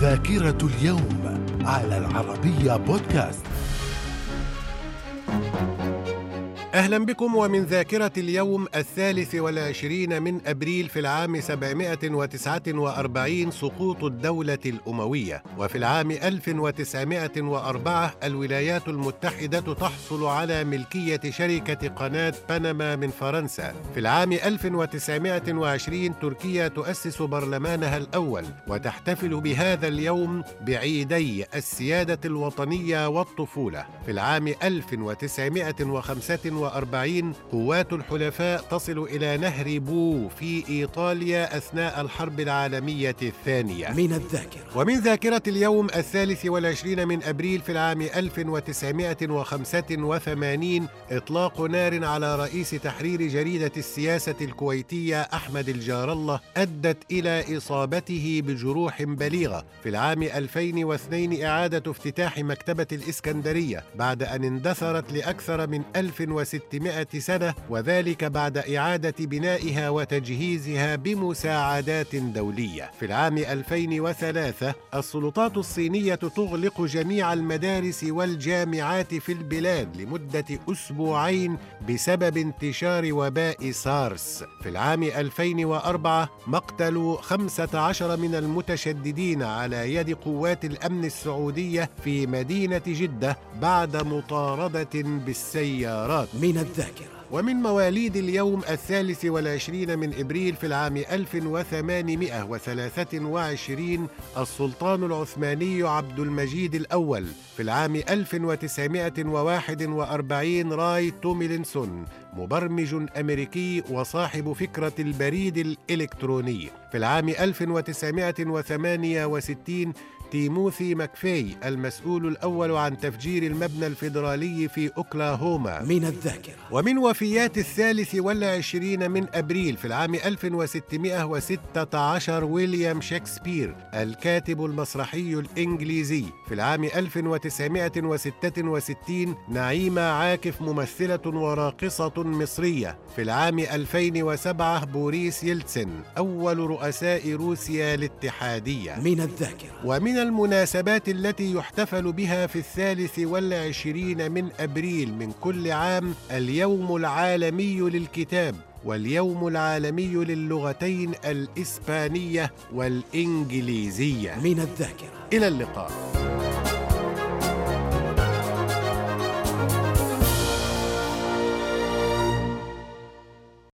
ذاكرة اليوم على العربية بودكاست. أهلا بكم. ومن ذاكرة اليوم 23 من أبريل في العام 749 سقوط الدولة الأموية. وفي العام 1904 الولايات المتحدة تحصل على ملكية شركة قناة بنما من فرنسا. في العام 1920 تركيا تؤسس برلمانها الأول وتحتفل بهذا اليوم بعيدي السيادة الوطنية والطفولة. في العام 1945 قوات الحلفاء تصل إلى نهر بو في إيطاليا أثناء الحرب العالمية الثانية. من الذاكرة. ومن ذاكرة اليوم 23 من أبريل في العام 1985 إطلاق نار على رئيس تحرير جريدة السياسة الكويتية أحمد الجار الله أدت إلى إصابته بجروح بليغة. في العام 2002 إعادة افتتاح مكتبة الإسكندرية بعد أن اندثرت لأكثر من 1600 سنة، وذلك بعد إعادة بنائها وتجهيزها بمساعدات دولية. في العام 2003 السلطات الصينية تغلق جميع المدارس والجامعات في البلاد لمدة أسبوعين بسبب انتشار وباء سارس. في العام 2004 مقتل 15 من المتشددين على يد قوات الأمن السعودية في مدينة جدة بعد مطاردة بالسيارات. من الذاكرة. ومن مواليد اليوم 23 من إبريل في العام 1823 السلطان العثماني عبد المجيد الأول. في العام 1941 راي توميلينسون مبرمج أمريكي وصاحب فكرة البريد الإلكتروني. في العام 1968 تيموثي ماكفي المسؤول الأول عن تفجير المبنى الفيدرالي في أوكلاهوما. من الذاكرة. ومن وفيات 23 من أبريل في العام 1616 ويليام شكسبير الكاتب المسرحي الإنجليزي. في العام 1966 نعيمة عاكف ممثلة وراقصة مصرية. في العام 2007 بوريس يلتسن أول رؤساء روسيا الاتحادية. من الذاكرة. ومن المناسبات التي يحتفل بها في 23 من أبريل من كل عام اليوم العالمي للكتاب واليوم العالمي للغتين الإسبانية والإنجليزية. من الذاكرة. إلى اللقاء.